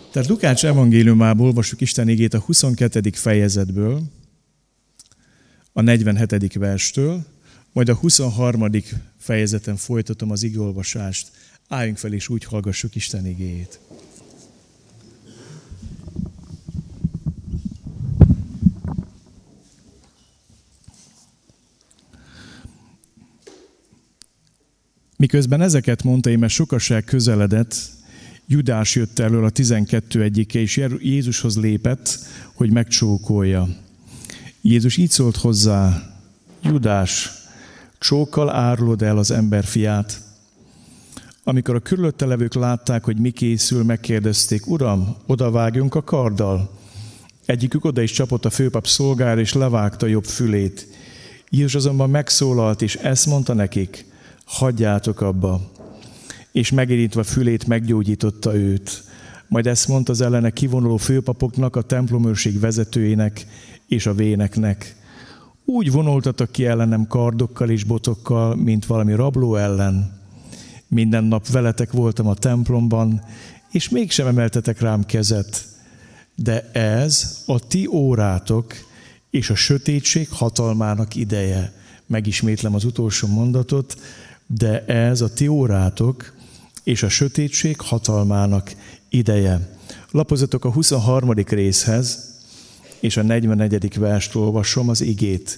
Tehát Lukács evangéliumából olvassuk Isten igét a 22. fejezetből, a 47. verstől, majd a 23. fejezeten folytatom az igéolvasást. Álljunk fel és úgy hallgassuk Isten igéjét. Miközben ezeket mondta, mert sokaság közeledett, Judás jött elől, a 12 egyike, és Jézushoz lépett, hogy megcsókolja. Jézus így szólt hozzá: Judás, csókkal árulod el az emberfiát? Amikor a körülötte levők látták, hogy mi készül, megkérdezték: Uram, odavágjunk a karddal? Egyikük oda is csapott a főpap szolgára, és levágta jobb fülét. Jézus azonban megszólalt, és ezt mondta nekik: hagyjátok abba. És megérintve fülét meggyógyította őt. Majd ezt mondta az ellene kivonuló főpapoknak, a templomőrség vezetőjének és a véneknek: úgy vonultatok ki ellenem kardokkal és botokkal, mint valami rabló ellen. Minden nap veletek voltam a templomban, és mégsem emeltetek rám kezet. De ez a ti órátok és a sötétség hatalmának ideje. Megismétlem az utolsó mondatot. De ez a ti órátok és a sötétség hatalmának ideje. Lapozzatok a 23. részhez, és a 44. verst olvasom az igét.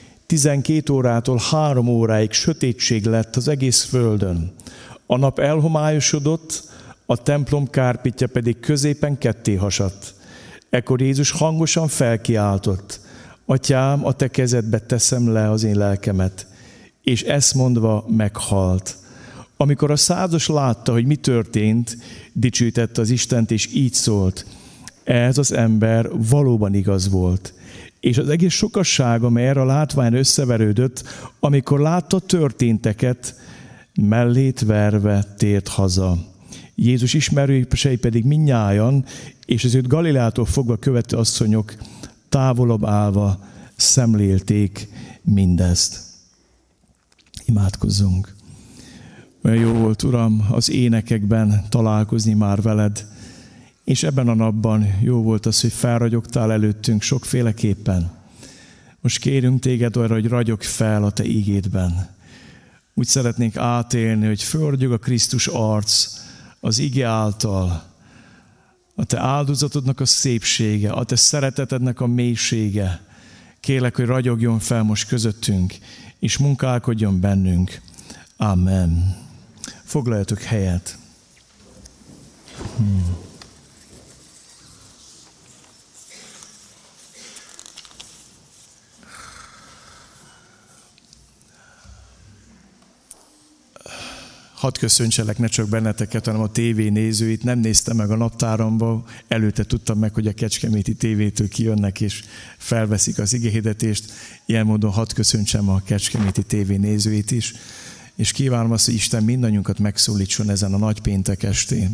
12 órától 3 óráig sötétség lett az egész földön. A nap elhomályosodott, a templom kárpitja pedig középen ketté hasadt. Ekkor Jézus hangosan felkiáltott: Atyám, a te kezedbe teszem le az én lelkemet. És ezt mondva meghalt. Amikor a százas látta, hogy mi történt, dicsőítette az Istent, és így szólt: ez az ember valóban igaz volt. És az egész sokasság, amely erre a látványra összeverődött, amikor látta történteket, mellét verve tért haza. Jézus ismerősei pedig mindnyájan, és az őt Galileától fogva követő asszonyok távolabb állva szemlélték mindezt. Imádkozzunk. Olyan jó volt, Uram, az énekekben találkozni már veled, és ebben a napban jó volt az, hogy felragyogtál előttünk sokféleképpen. Most kérünk téged arra, hogy ragyog fel a te ígédben. Úgy szeretnénk átélni, hogy fölragyog a Krisztus arc az ige által, a te áldozatodnak a szépsége, a te szeretetednek a mélysége. Kérlek, hogy ragyogjon fel most közöttünk, és munkálkodjon bennünk. Amen. Foglaljatok helyet. Hadd köszöntselek ne csak benneteket, hanem a tévé nézőit. Nem néztem meg a naptáramba, előtte tudtam meg, hogy a Kecskeméti tévétől kijönnek és felveszik az igéhirdetést. Ilyen módon hadd köszöntsem a Kecskeméti tévé nézőit is, és kívánom azt, hogy Isten mindannyiunkat megszólítson ezen a nagypéntek estén.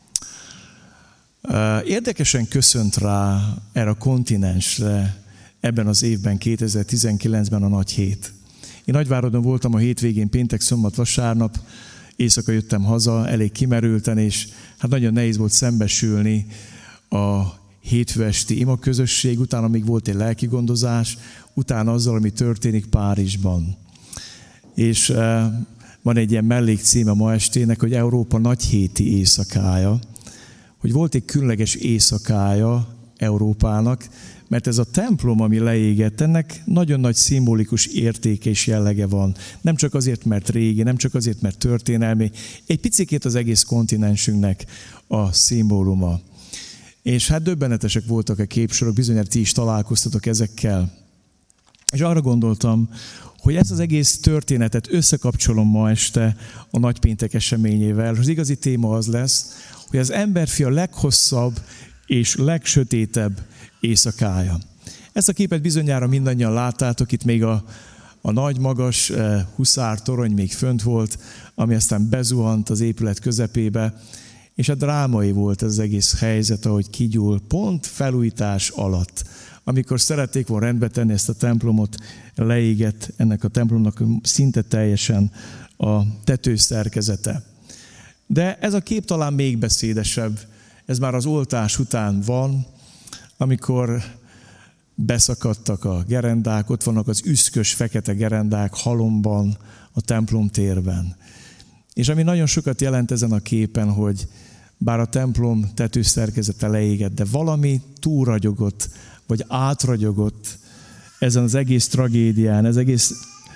Érdekesen köszönt rá erre a kontinensre ebben az évben, 2019-ben a nagy hét. Én Nagyváradon voltam a hétvégén, péntek, szombat, vasárnap, éjszaka jöttem haza, elég kimerülten, és hát nagyon nehéz volt szembesülni a hétfő esti imaközösség, utána még volt egy lelkigondozás, utána azzal, ami történik Párizsban. És van egy ilyen mellékcíme ma estének, hogy Európa nagyhéti éjszakája, hogy volt egy különleges éjszakája Európának, mert ez a templom, ami leégett, ennek nagyon nagy szimbolikus értéke és jellege van. Nem csak azért, mert régi, nem csak azért, mert történelmi, egy picikét az egész kontinensünknek a szimbóluma. És hát döbbenetesek voltak a képsorok, bizonyára ti is találkoztatok ezekkel. És arra gondoltam, hogy ezt az egész történetet összekapcsolom ma este a nagypéntek eseményével. Az igazi téma az lesz, hogy az emberfia leghosszabb és legsötétebb éjszakája. Ezt a képet bizonyára mindannyian láttátok, itt még a nagy, magas huszártorony még fönt volt, ami aztán bezuhant az épület közepébe, és a drámai volt ez az egész helyzet, ahogy kigyúl, pont felújítás alatt. Amikor szerették volna rendbe tenni ezt a templomot, leégett ennek a templomnak szinte teljesen a tetőszerkezete. De ez a kép talán még beszédesebb ez már az oltás után van, amikor beszakadtak a gerendák, ott vannak az üszkös, fekete gerendák halomban, a templom térben. És ami nagyon sokat jelent ezen a képen, hogy bár a templom tetőszerkezete leégett, de valami túlragyogott, vagy átragyogott ezen az egész tragédián, ez egész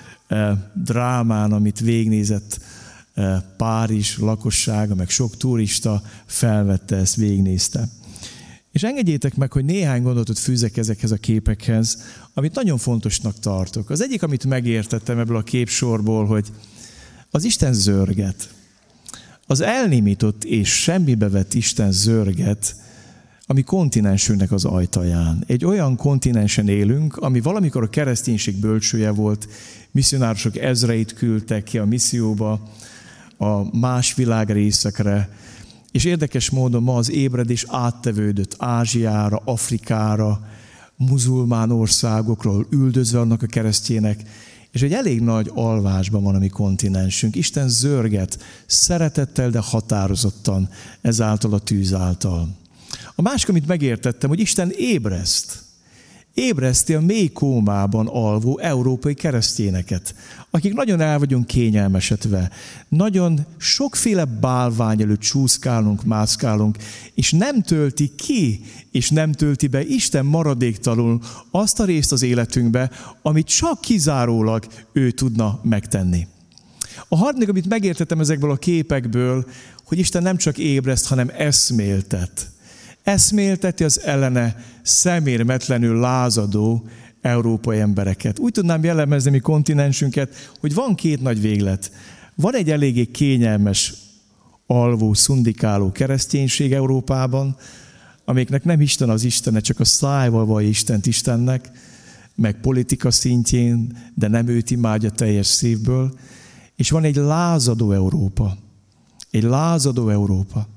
drámán, amit végignézett Párizs lakossága, meg sok turista felvette ezt, végignézte. És engedjétek meg, hogy néhány gondolatot fűzek ezekhez a képekhez, amit nagyon fontosnak tartok. Az egyik, amit megértettem ebből a képsorból, hogy az Isten zörget. Az elnémított és semmibe vett Isten zörget a mi kontinensünknek az ajtaján. Egy olyan kontinensen élünk, ami valamikor a kereszténység bölcsője volt, misszionárosok ezreit küldtek ki a misszióba, a más világrészekre, és érdekes módon ma az ébredés áttevődött Ázsiára, Afrikára, muzulmán országokról, üldözve annak a keresztjének, és egy elég nagy alvásban van a mi kontinensünk. Isten zörget szeretettel, de határozottan ezáltal a tűz által. A másik, amit megértettem, hogy Isten ébreszti a mély kómában alvó európai keresztényeket, akik nagyon el vagyunk kényelmesedve, nagyon sokféle bálvány előtt csúszkálunk, mászkálunk, és nem tölti ki, és nem tölti be Isten maradéktalanul azt a részt az életünkbe, amit csak kizárólag ő tudna megtenni. A harmadik, amit megértettem ezekből a képekből, hogy Isten nem csak ébreszt, hanem eszméltet. Eszmélteti az ellene szemérmetlenül lázadó európai embereket. Úgy tudnám jellemezni mi kontinensünket, hogy van két nagy véglet. Van egy eléggé kényelmes, alvó, szundikáló kereszténység Európában, amiknek nem Isten az Istene, csak a szájval vallja Istent Istennek, meg politika szintjén, de nem őt imádja teljes szívből. És van egy lázadó Európa. Egy lázadó Európa.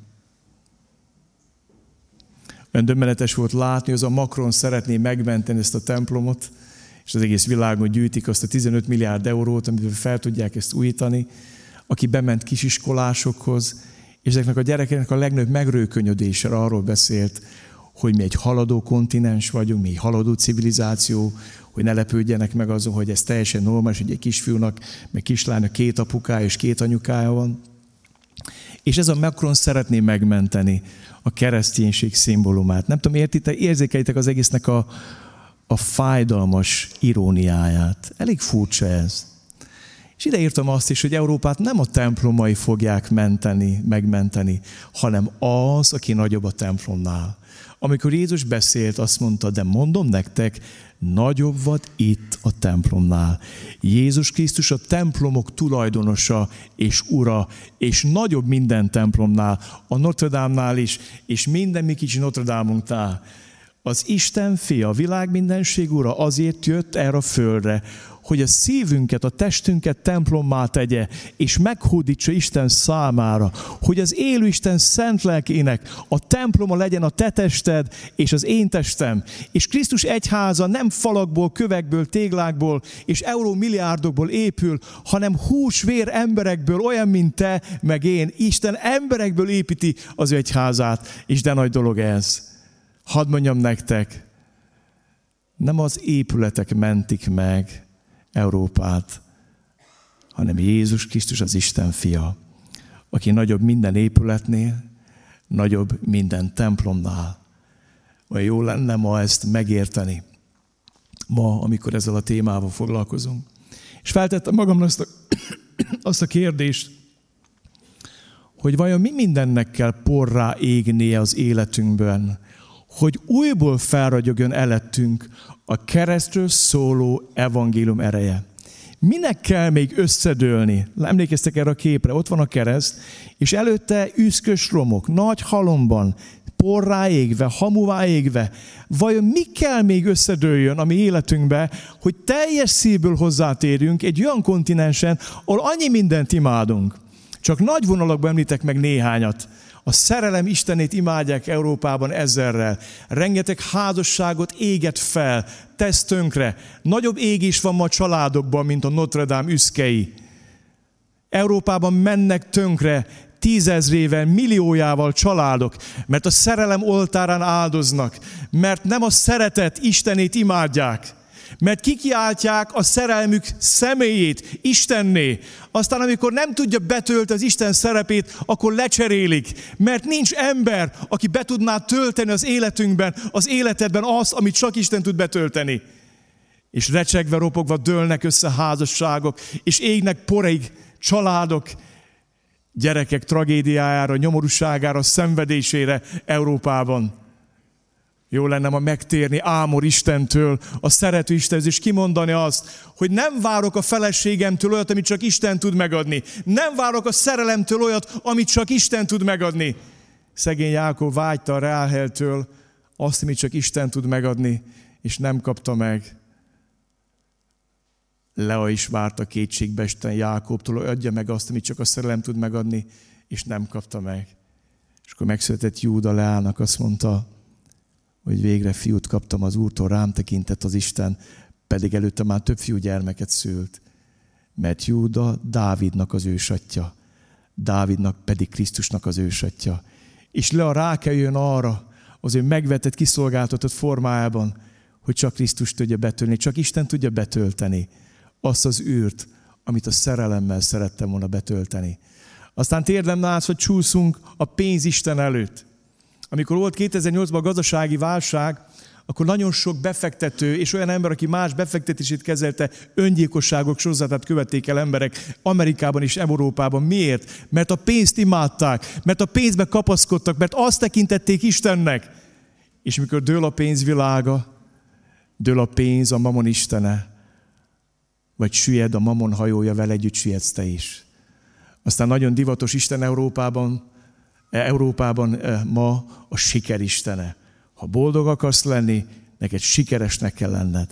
Olyan döbbenetes volt látni, hogy az a Macron szeretné megmenteni ezt a templomot, és az egész világon gyűjtik azt a 15 milliárd eurót, amivel fel tudják ezt újítani, aki bement kisiskolásokhoz, és ezeknek a gyerekeknek a legnagyobb megrőkönyödésre arról beszélt, hogy mi egy haladó kontinens vagyunk, mi egy haladó civilizáció, hogy ne lepődjenek meg azon, hogy ez teljesen normális, hogy egy kisfiúnak, meg kislánynak 2 apukája és 2 anyukája van. És ez a Macron szeretné megmenteni a kereszténység szimbólumát. Nem tudom, érzékelitek az egésznek a fájdalmas iróniáját. Elég furcsa ez. És ide írtam azt is, hogy Európát nem a templomai fogják megmenteni, hanem az, aki nagyobb a templomnál. Amikor Jézus beszélt, azt mondta, de mondom nektek, nagyobb volt itt a templomnál. Jézus Krisztus a templomok tulajdonosa és ura, és nagyobb minden templomnál, a Notre Dame-nál is, és minden mi kicsi Notre Dame-unknál. Az Isten fia, a világ mindenség ura azért jött erre a földre, hogy a szívünket, a testünket templommá tegye, és meghódítsa Isten számára, hogy az élő Isten szent lelkének a temploma legyen a te tested és az én testem. És Krisztus egyháza nem falakból, kövekből, téglákból és eurómilliárdokból épül, hanem hús-vér emberekből, olyan, mint te, meg én. Isten emberekből építi az ő egyházát, és de nagy dolog ez. Hadd mondjam nektek, nem az épületek mentik meg Európát, hanem Jézus Krisztus az Isten fia, aki nagyobb minden épületnél, nagyobb minden templomnál. Olyan jó lenne ma ezt megérteni, ma, amikor ezzel a témával foglalkozunk. És feltettem magamnak azt a kérdést, hogy vajon mi mindennek kell porrá égnie az életünkben, hogy újból felragyogjon elettünk a keresztről szóló evangélium ereje. Minek kell még összedőlni? Emlékeztek erre a képre? Ott van a kereszt, és előtte üszkös romok, nagy halomban, porrá égve, hamuvá égve. Vajon mi kell még összedőljön a mi életünkbe, hogy teljes szívből hozzátérjünk egy olyan kontinensen, ahol annyi mindent imádunk. Csak nagy vonalakban említek meg néhányat. A szerelem Istenét imádják Európában ezerrel. Rengeteg házasságot éget fel, tesz tönkre. Nagyobb égés van ma a családokban, mint a Notre Dame üszkei. Európában mennek tönkre tízezrével, milliójával családok, mert a szerelem oltárán áldoznak, mert nem a szeretet Istenét imádják, mert kikiáltják a szerelmük személyét Istenné. Aztán amikor nem tudja betölteni az Isten szerepét, akkor lecserélik. Mert nincs ember, aki be tudná tölteni az életünkben, az életedben azt, amit csak Isten tud betölteni. És recsegve, ropogva dőlnek össze házasságok, és égnek porig családok, gyerekek tragédiájára, nyomorúságára, szenvedésére Európában. Jó lenne ma megtérni Ámor Istentől, a szerető Istenhez, és kimondani azt, hogy nem várok a feleségemtől olyat, amit csak Isten tud megadni. Nem várok a szerelemtől olyat, amit csak Isten tud megadni. Szegény Jákob vágyta a Ráheltől azt, amit csak Isten tud megadni, és nem kapta meg. Lea is várta kétségbeesten Jákobtól, hogy adja meg azt, amit csak a szerelem tud megadni, és nem kapta meg. És akkor megszületett Júda Leának, azt mondta, hogy végre fiút kaptam az Úrtól, rám tekintett az Isten, pedig előtte már több fiúgyermeket szült. Mert Júda Dávidnak az ősatja, Dávidnak pedig Krisztusnak az ősatja. És Lea rákerüljön arra, az ő megvetett, kiszolgáltatott formájában, hogy csak Krisztus tudja betölteni, csak Isten tudja betölteni azt az űrt, amit a szerelemmel szerettem volna betölteni. Aztán térdem látsz, hogy csúszunk a pénzisten előtt. Amikor volt 2008-ban a gazdasági válság, akkor nagyon sok befektető és olyan ember, aki más befektetését kezelte, öngyilkosságok sorozatát követték el emberek Amerikában és Európában. Miért? Mert a pénzt imádták, mert a pénzbe kapaszkodtak, mert azt tekintették Istennek. És mikor dől a pénzvilága, dől a pénz a mamon istene, vagy süllyed a mamon hajója, vele együtt süllyedsz te is. Aztán nagyon divatos Isten Európában ma a siker istene. Ha boldog akarsz lenni, neked sikeresnek kell lenned.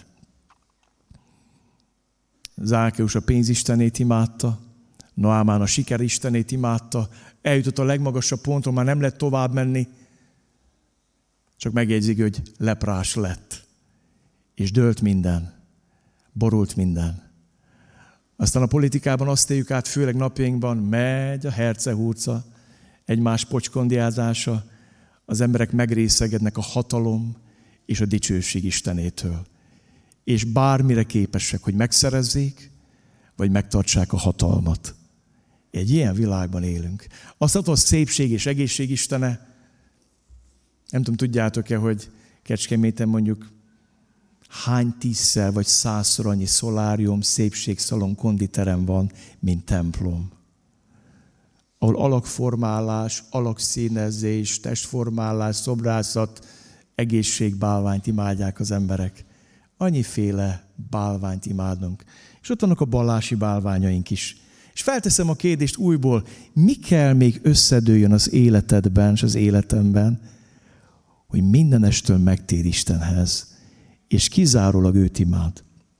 Zákeus a pénzistenét imádta, Naamán a sikeristenét imádta, eljutott a legmagasabb ponton, már nem lett tovább menni, csak megjegyzik, hogy leprás lett. És dőlt minden, borult minden. Aztán a politikában azt éljük át, főleg napjainkban, megy a hercehurca, egymás pocskondiázása, az emberek megrészegednek a hatalom és a dicsőség Istenétől. És bármire képesek, hogy megszerezzék, vagy megtartsák a hatalmat. Egy ilyen világban élünk. Azt mondta, a szépség és egészség istene, nem tudom, tudjátok-e, hogy Kecskeméten mondjuk hány 10-szer vagy 100-szor annyi szolárium, szépségszalon, konditerem van, mint templom. Ahol alakformálás, alakszínezés, testformálás, szobrászat, egészségbálványt imádják az emberek. Annyiféle bálványt imádunk. És ott vannak a vallási bálványaink is. És felteszem a kérdést újból, mi kell még összedőljön az életedben és az életemben, hogy mindenestől megtér Istenhez, és kizárólag őt imád.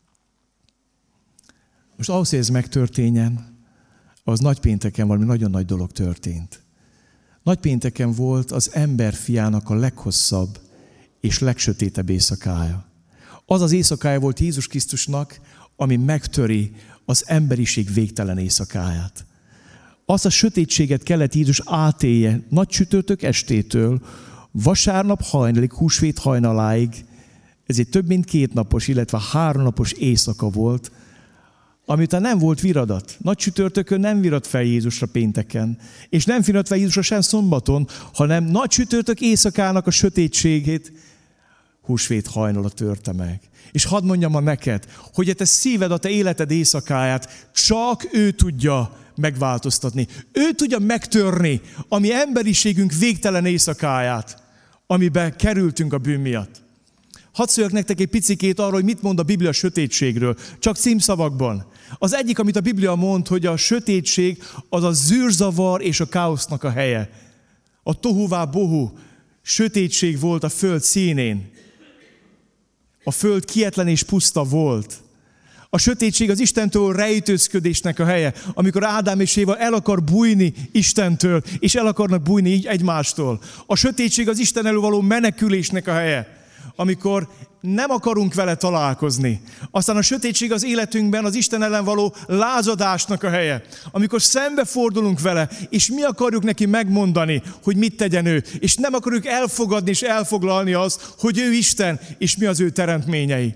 Most ahhoz, hogy ez megtörténjen, az nagypénteken valami nagyon nagy dolog történt. Nagypénteken volt az emberfiának a leghosszabb és legsötétebb éjszakája. Az az éjszakája volt Jézus Krisztusnak, ami megtöri az emberiség végtelen éjszakáját. Azt a sötétséget kellett Jézus átélje nagy csütörtök estétől, vasárnap hajnalig, húsvét hajnaláig. Ez egy több mint 2 napos, illetve 3 napos éjszaka volt, amiután nem volt viradat. Nagy csütörtökön nem viradt fel Jézusra pénteken, és nem viradt fel Jézusra sem szombaton, hanem nagy csütörtök éjszakának a sötétségét húsvét hajnala törte meg. És hadd mondjam ma neked, hogy a te szíved, a te életed éjszakáját csak ő tudja megváltoztatni. Ő tudja megtörni a mi emberiségünk végtelen éjszakáját, amiben kerültünk a bűn miatt. Hadd szóljak nektek egy picikét arról, hogy mit mond a Biblia a sötétségről, csak címszavakban. Az egyik, amit a Biblia mond, hogy a sötétség az a zűrzavar és a káosznak a helye. A tohuvá bohu, sötétség volt a föld színén. A föld kietlen és puszta volt. A sötétség az Istentől rejtőzködésnek a helye, amikor Ádám és Éva el akar bújni Istentől, és el akarnak bújni így egymástól. A sötétség az Isten elől való menekülésnek a helye. amikor nem akarunk vele találkozni. Aztán a sötétség az életünkben az Isten ellen való lázadásnak a helye. Amikor szembefordulunk vele, és mi akarjuk neki megmondani, hogy mit tegyen ő, és nem akarjuk elfogadni és elfoglalni azt, hogy ő Isten, és mi az ő teremtményei.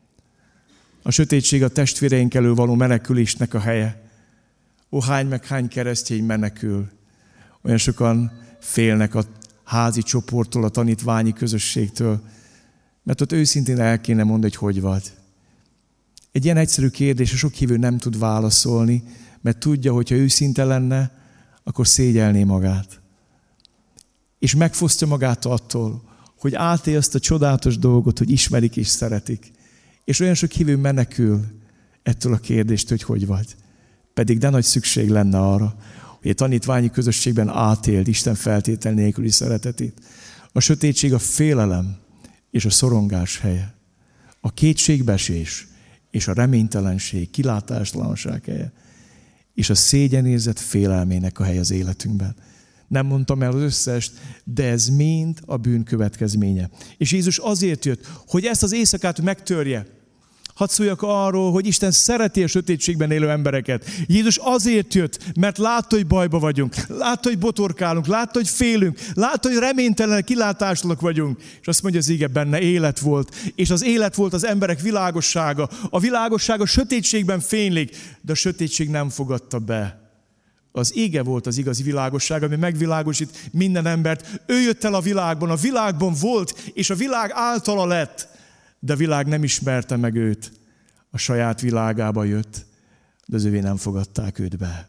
A sötétség a testvéreink elől való menekülésnek a helye. Ó, hány keresztény menekül. Olyan sokan félnek a házi csoporttól, a tanítványi közösségtől, mert ott őszintén el kéne mondani, hogy vagy. Egy ilyen egyszerű kérdésre sok hívő nem tud válaszolni, mert tudja, hogyha őszinte lenne, akkor szégyelné magát. És megfosztja magát attól, hogy átélje azt a csodálatos dolgot, hogy ismerik és szeretik. És olyan sok hívő menekül ettől a kérdéstől, hogy vagy. Pedig de nagy szükség lenne arra, hogy a tanítványi közösségben átéld Isten feltétel nélküli szeretetét. A sötétség a félelem és a szorongás helye. A kétségbeesés és a reménytelenség, kilátástalanság helye. És a szégyenérzet félelmének a helye az életünkben. Nem mondtam el az összest, de ez mind a bűn következménye. És Jézus azért jött, hogy ezt az éjszakát megtörje. Hadd szóljak arról, hogy Isten szereti a sötétségben élő embereket. Jézus azért jött, mert látta, hogy bajba vagyunk. Látta, hogy botorkálunk. Látta, hogy félünk. Látta, hogy reménytelen, kilátástalanok vagyunk. És azt mondja az ige, benne élet volt. És az élet volt az emberek világossága. A világosság a sötétségben fénylik, de a sötétség nem fogadta be. Az ige volt az igazi világosság, ami megvilágosít minden embert. Ő jött el a világban volt, és a világ általa lett. De a világ nem ismerte meg őt. A saját világába jött, de az övé nem fogadták őt be.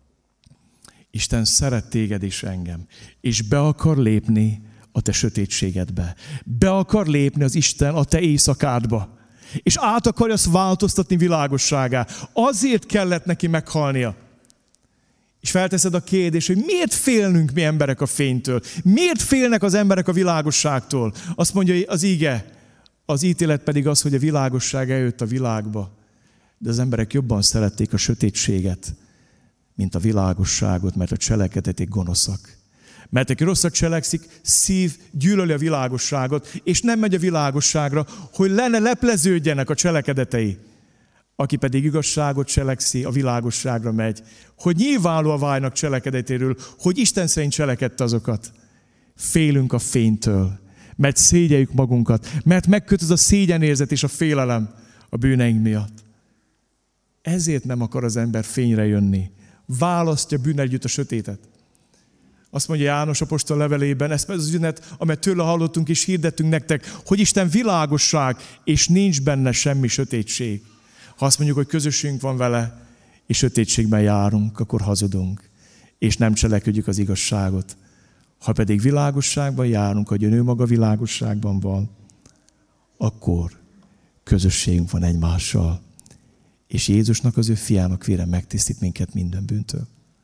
Isten szeret téged és engem, és be akar lépni a te sötétségedbe. Be akar lépni az Isten a te éjszakádba. És át akarja azt változtatni világosságá. Azért kellett neki meghalnia. És felteszed a kérdést, hogy miért félnünk mi emberek a fénytől? Miért félnek az emberek a világosságtól? Azt mondja az ige. Az ítélet pedig az, hogy a világosság eljött a világba, de az emberek jobban szerették a sötétséget, mint a világosságot, mert a cselekedeték gonoszak. Mert aki rosszat cselekszik, szív gyűlöli a világosságot, és nem megy a világosságra, hogy lepleződjenek a cselekedetei. Aki pedig igazságot cselekszi, a világosságra megy, hogy nyilvánvalóan váljanak cselekedetéről, hogy Isten szerint cselekedte azokat. Félünk a fénytől, mert szégyeljük magunkat, mert megköt az a szégyenérzet és a félelem a bűneink miatt. Ezért nem akar az ember fényre jönni. Választja bűnnel együtt a sötétet. Azt mondja János apostol levelében, ez az üzenet, amelyet tőle hallottunk és hirdettünk nektek, hogy Isten világosság, és nincs benne semmi sötétség. Ha azt mondjuk, hogy közösségünk van vele, és sötétségben járunk, akkor hazudunk, és nem cselekedjük az igazságot. Ha pedig világosságban járunk, hogy ő maga világosságban van, akkor közösségünk van egymással. És Jézusnak, az ő fiának vére megtisztít minket minden bűntől.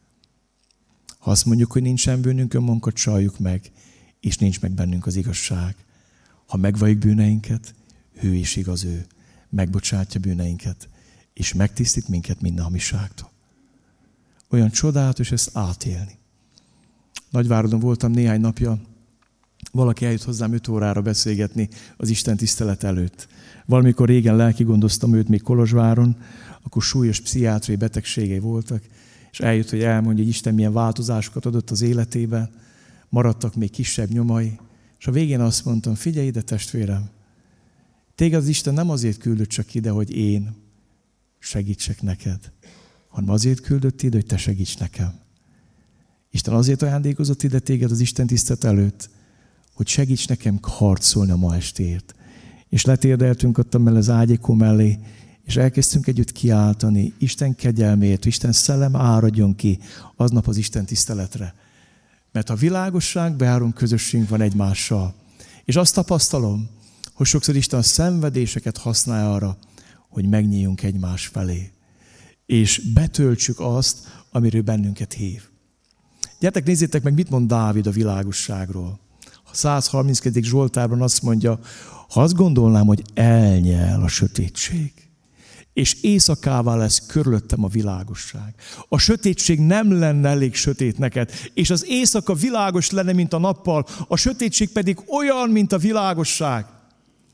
Ha azt mondjuk, hogy nincsen bűnünk, önmagunkat csaljuk meg, és nincs meg bennünk az igazság. Ha megvalljuk bűneinket, hű és igaz ő, megbocsátja bűneinket, és megtisztít minket minden hamiságtól. Olyan csodálatos ezt átélni. Nagyváradon voltam néhány napja, valaki eljött hozzám 5 órára beszélgetni az Isten tisztelet előtt. Valamikor régen lelkigondoztam őt még Kolozsváron, akkor súlyos pszichiátriai betegségei voltak, és eljött, hogy elmondja, hogy Isten milyen változásokat adott az életében, maradtak még kisebb nyomai, és a végén azt mondtam, figyelj ide testvérem, téged az Isten nem azért küldött csak ide, hogy én segítsek neked, hanem azért küldött ide, hogy te segíts nekem. Isten azért ajándékozott ide téged az Isten tisztelet előtt, hogy segíts nekem harcolni a ma estéért. És letérdeltünk ott az ágyékó mellé, és elkezdtünk együtt kiáltani, Isten kegyelmért, Isten szellem áradjon ki aznap az Isten tiszteletre. Mert a világosság beárunk, közösségünk van egymással. És azt tapasztalom, hogy sokszor Isten a szenvedéseket használja arra, hogy megnyíljunk egymás felé. És betöltsük azt, amiről bennünket hív. Gyertek, nézzétek meg, mit mond Dávid a világosságról. A 132. Zsoltárban azt mondja, ha azt gondolnám, hogy elnyel a sötétség, és éjszakává lesz körülöttem a világosság. A sötétség nem lenne elég sötét neked, és az éjszaka világos lenne, mint a nappal, a sötétség pedig olyan, mint a világosság.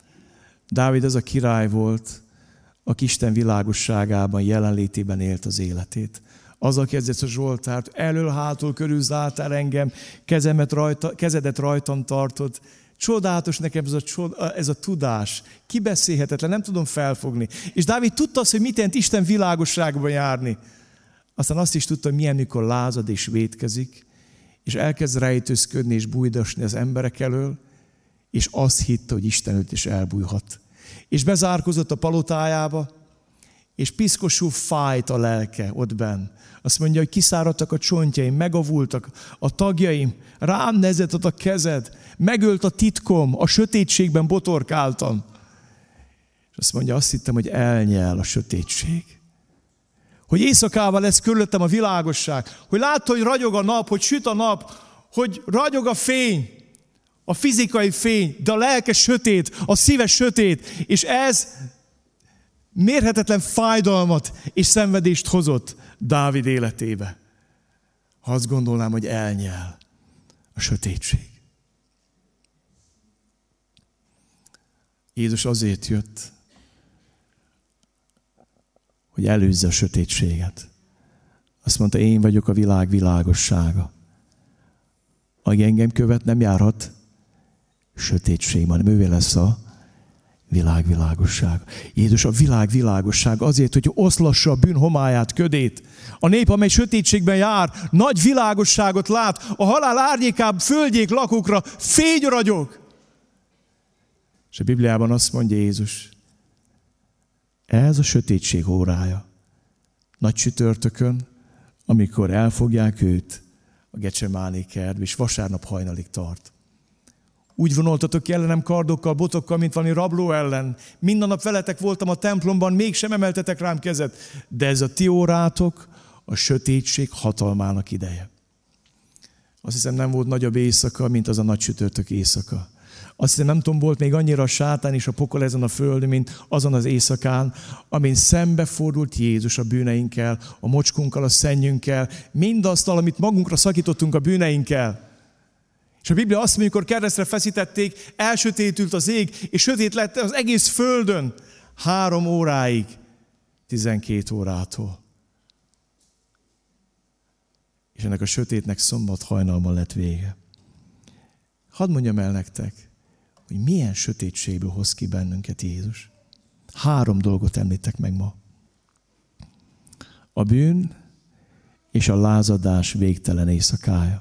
Dávid az a király volt, aki Isten világosságában, jelenlétében élt az életét. Azzal kezdett a Zsoltárt, elől-hátul körülzártál engem, kezedet rajtam tartod. Csodálatos nekem ez a tudás. Kibeszélhetetlen, nem tudom felfogni. És Dávid tudta azt, hogy mit jelent Isten világosságban járni. Aztán azt is tudta, hogy milyen, mikor lázad és vétkezik, és elkezd rejtőzködni és bújdosni az emberek elől, és azt hitte, hogy Isten őt is elbújhat. És bezárkozott a palotájába, és piszkosul fájt a lelke ott benn. Azt mondja, hogy kiszáradtak a csontjaim, megavultak a tagjaim, rám nehezedett a kezed, megölt a titkom, a sötétségben botorkáltam. És azt mondja, azt hittem, hogy elnyel a sötétség. Hogy éjszakával lesz körülöttem a világosság, hogy látta, hogy ragyog a nap, hogy süt a nap, hogy ragyog a fény, a fizikai fény, de a lelke sötét, a szíve sötét, és ez mérhetetlen fájdalmat és szenvedést hozott Dávid életébe. Ha azt gondolnám, hogy elnyel a sötétség. Jézus azért jött, hogy előzze a sötétséget. Azt mondta, én vagyok a világ világossága. Aki engem követ, nem járhat sötétségben, hanem ővé lesz a világ világossága. Jézus a világ világossága azért, hogy oszlassa a bűn homályát, ködét. A nép, amely sötétségben jár, nagy világosságot lát, a halál árnyékában földjék lakókra fény ragyog. És a Bibliában azt mondja Jézus, ez a sötétség órája. Nagy csütörtökön, amikor elfogják őt a Gecsemáné kertbe, és vasárnap hajnalig tart. Úgy vonultatok ki ellenem kardokkal, botokkal, mint valami rabló ellen. Minden nap veletek voltam a templomban, mégsem emeltetek rám kezet. De ez a ti órátok, a sötétség hatalmának ideje. Azt hiszem, nem volt nagyobb éjszaka, mint az a nagy csütörtök éjszaka. Azt hiszem, nem tudom, volt még annyira a sátán és a pokol ezen a földön, mint azon az éjszakán, amin szembefordult Jézus a bűneinkkel, a mocskunkkal, a szennyünkkel, mindazt, amit magunkra szakítottunk a bűneinkkel. És a Biblia azt mondja, amikor keresztre feszítették, elsötétült az ég, és sötét lett az egész földön 3 óráig, 12 órától. És ennek a sötétnek szombat hajnalban lett vége. Hadd mondjam el nektek, hogy milyen sötétségből hoz ki bennünket Jézus. 3 dolgot említek meg ma. A bűn és a lázadás végtelen éjszakája.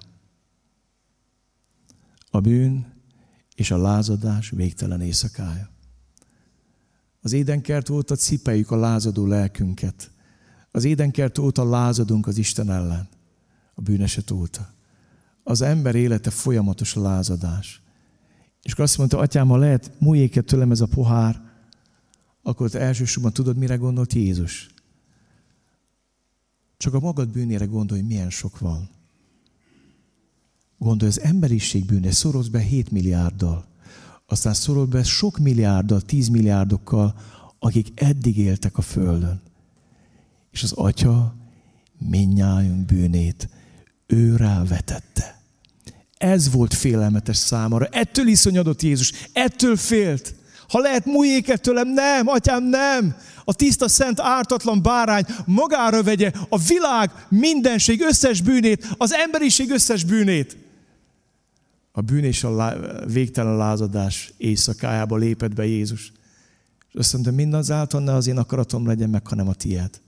A bűn és a lázadás végtelen éjszakája. Az édenkert óta cipeljük a lázadó lelkünket. Az édenkert óta lázadunk az Isten ellen. A bűneset óta. Az ember élete folyamatos lázadás. És akkor azt mondta, atyám, ha lehet, múljék tőlem ez a pohár, akkor te elsősorban tudod, mire gondolt Jézus? Csak a magad bűnére gondolj, milyen sok van. Gondolj, az emberiség bűne, szorozz be 7 milliárddal, aztán szorozz be sok milliárddal, 10 milliárdokkal, akik eddig éltek a földön. És az Atya mindnyájunk bűnét ő rávetette. Ez volt félelmetes számára. Ettől iszonyodott Jézus. Ettől félt. Ha lehet, múljék el tőlem. Nem, atyám, nem. A tiszta, szent, ártatlan bárány magára vegye a világ mindenség összes bűnét, az emberiség összes bűnét. A bűn és a végtelen lázadás éjszakájába lépett be Jézus. És azt mondta, mindazáltal ne az én akaratom legyen meg, hanem a tiéd.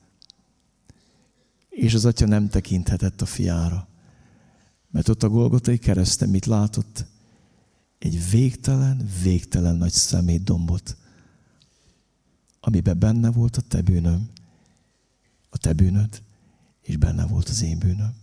És az Atya nem tekinthetett a fiára. Mert ott a Golgotai kereszten mit látott? Egy végtelen nagy szemétdombot, amiben benne volt a te bűnöm, a te bűnöd, és benne volt az én bűnöm.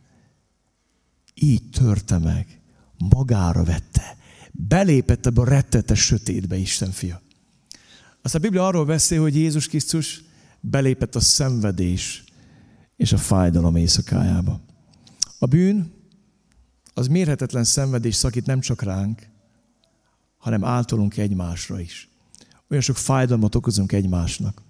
Így törte meg, magára vette, belépett ebbe a rettetes sötétbe Isten fia. Aztán a Biblia arról beszél, hogy Jézus Krisztus belépett a szenvedés és a fájdalom éjszakájába. A bűn az mérhetetlen szenvedés szakít nem csak ránk, hanem általunk egymásra is. Olyan sok fájdalmat okozunk egymásnak.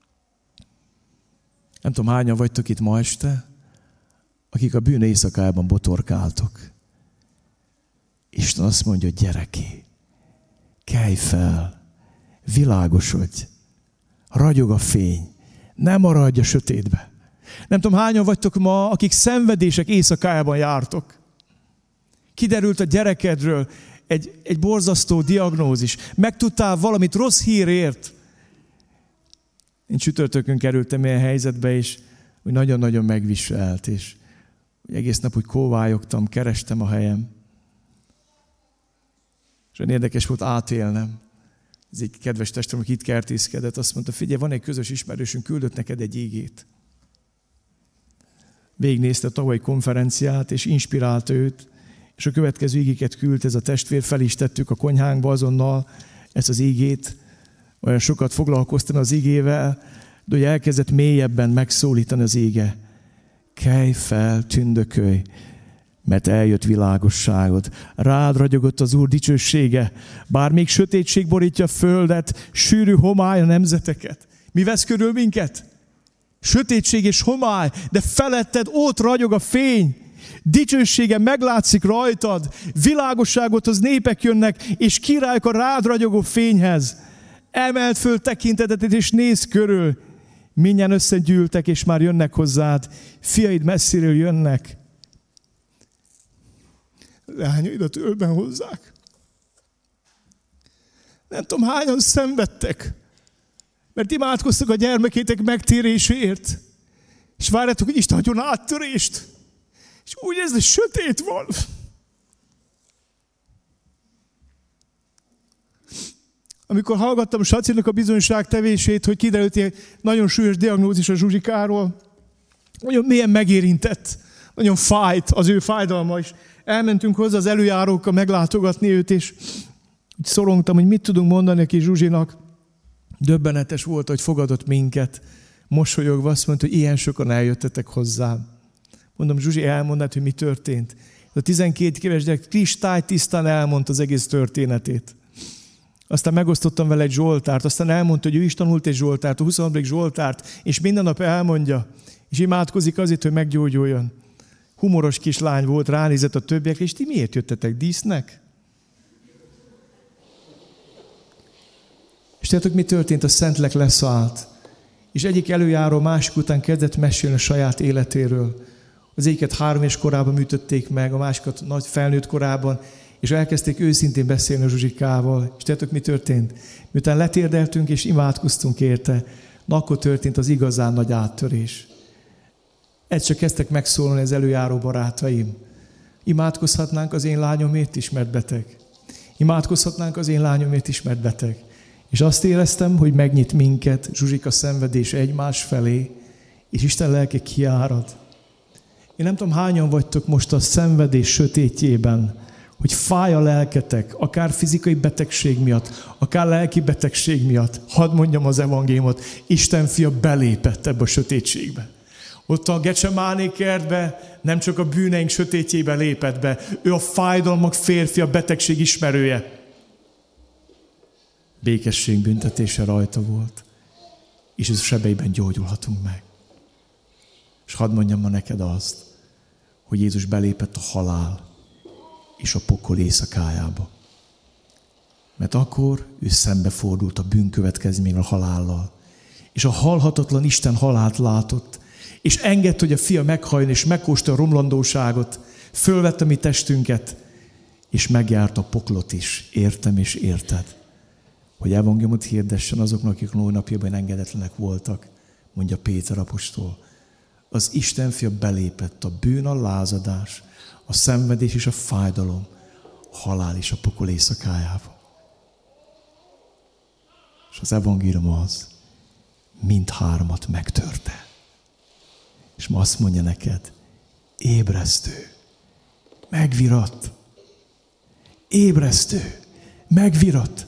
Nem tudom, hányan vagytok itt ma este, akik a bűn éjszakájában botorkáltok. Isten azt mondja, gyereké, kelj fel, világosodj. Ragyog a fény. Nem maradj a sötétbe. Nem tudom, hányan vagytok ma, akik szenvedések éjszakájában jártok. Kiderült a gyerekedről egy borzasztó diagnózis. Megtudtál valamit rossz hírért. Én csütörtökön kerültem ilyen helyzetbe, és úgy nagyon-nagyon megviselt, és egész nap úgy kóvályogtam, kerestem a helyem. És olyan érdekes volt átélnem. Ez egy kedves testvérem, aki itt kertészkedett, azt mondta, figyelj, van egy közös ismerősünk, küldött neked egy igét. Végignézte a tavalyi konferenciát, és inspirálta őt, és a következő igéket küldte ez a testvér, fel is tettük a konyhánkba azonnal ezt az igét. Olyan sokat foglalkoztam az igével, de hogy elkezdett mélyebben megszólítani az ége. Kelj fel, tündökölj, mert eljött világosságod. Rád ragyogott az Úr dicsősége, bár még sötétség borítja a földet, sűrű homály a nemzeteket. Mi vesz körül minket? Sötétség és homály, de feletted ott ragyog a fény. Dicsősége meglátszik rajtad, világosságodhoz népek jönnek, és királyok a rád ragyogó fényhez. Emeld föl tekintetedet, és nézz körül. Mindjárt összegyűltek, és már jönnek hozzád. Fiaid messziről jönnek. Leányaidat ölben hozzák. Nem tudom, hányan szenvedtek, mert imádkoztak a gyermekétek megtéréséért, és várjátok, hogy Isten adjon áttörést, és úgy ez sötét van. Amikor hallgattam Sacinak a bizonyságtevését, hogy kiderült egy nagyon súlyos diagnózis a Zsuzsikáról, nagyon mélyen megérintett, nagyon fájt az ő fájdalma is. Elmentünk hozzá az előjárókkal meglátogatni őt, és szorongtam, hogy mit tudunk mondani neki Zsuzsinak. Döbbenetes volt, hogy fogadott minket. Mosolyogva azt mondta, hogy ilyen sokan eljöttetek hozzám. Mondom, Zsuzsi, elmondd, hogy mi történt. A 12 éves gyerek kristálytisztán elmondta az egész történetét. Aztán megosztottam vele egy zsoltárt, aztán elmondta, hogy ő is tanult egy zsoltárt, a 23. zsoltárt, és minden nap elmondja, és imádkozik azért, hogy meggyógyuljon. Humoros kislány volt, ránézett a többiekre, és ti miért jöttetek, dísznek? És tudjátok, mi történt? A Szentlélek leszállt, és egyik előjáró másik után kezdett mesélni a saját életéről. Az egyiket 3 éves korában műtötték meg, a másikat nagy felnőtt korában, és elkezdték őszintén beszélni a Zsuzsikával. És tudjátok, mi történt? Miután letérdeltünk és imádkoztunk érte, na akkor történt az igazán nagy áttörés. Ezt csak kezdtek megszólalni az előjáró barátaim. Imádkozhatnánk az én lányomért is, mert beteg. Imádkozhatnánk az én lányomért is, mert beteg. És azt éreztem, hogy megnyit minket Zsuzsika szenvedése egymás felé, és Isten lelke kiárad. Én nem tudom, hányan vagytok most a szenvedés sötétjében, hogy fáj a lelketek, akár fizikai betegség miatt, akár lelki betegség miatt. Hadd mondjam az evangéliumot, Isten fia belépett ebbe a sötétségbe. Ott a Gecsemáné kertbe nem csak a bűneink sötétjébe lépett be, ő a fájdalmak férfi, a betegség ismerője. Békesség büntetése rajta volt, és ez sebeiben gyógyulhatunk meg. És hadd mondjam ma neked azt, hogy Jézus belépett a halál és a pokol éjszakájába. Mert akkor ő szembefordult a bűnkövetkezménnyel, a halállal. És a halhatatlan Isten halált látott, és engedte, hogy a fia meghalljon, és megkóstolja a romlandóságot, fölvette mi testünket, és megjárt a poklot is, értem és érted, hogy evangéliumot hirdessen azoknak, akik Noé napjában engedetlenek voltak, mondja Péter apostol. Az Isten fia belépett a bűn, a lázadás, a szenvedés és a fájdalom, a halál és a pokol éjszakájába. És az evangélium az, mindhármat megtörte. És ma azt mondja neked, ébresztő, megvirat, ébresztő, megvirat.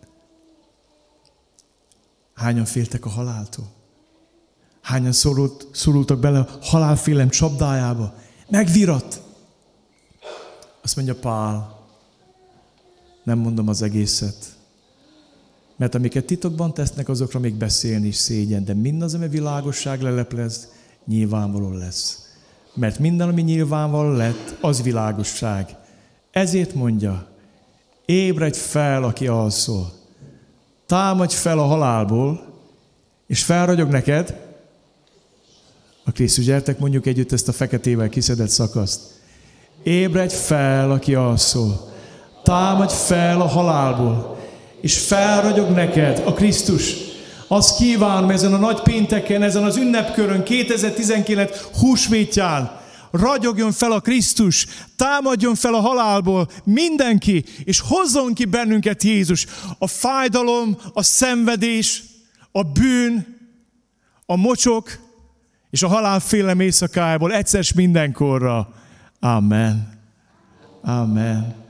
Hányan féltek a haláltól? Hányan szorultak bele a halálfélelem csapdájába? Megvirat. Azt mondja Pál, nem mondom az egészet, mert amiket titokban tesznek, azokra még beszélni is szégyen, de mindaz, ami világosság leleplez, nyilvánvaló lesz. Mert minden, ami nyilvánvaló lett, az világosság. Ezért mondja, ébredj fel, aki alszol. támadj fel a halálból, és felragyog neked a Krisztus. Gyertek, mondjuk együtt ezt a feketével kiszedett szakaszt. Ébredj fel, aki alszol. Támadj fel a halálból, és felragyog neked a Krisztus. Azt kívánom ezen a nagy pénteken, ezen az ünnepkörön, 2019 húsvétján, ragyogjon fel a Krisztus, támadjon fel a halálból mindenki, és hozzon ki bennünket Jézus. A fájdalom, a szenvedés, a bűn, a mocsok és a halál félelem éjszakájából egyszer s mindenkorra. Amen. Amen.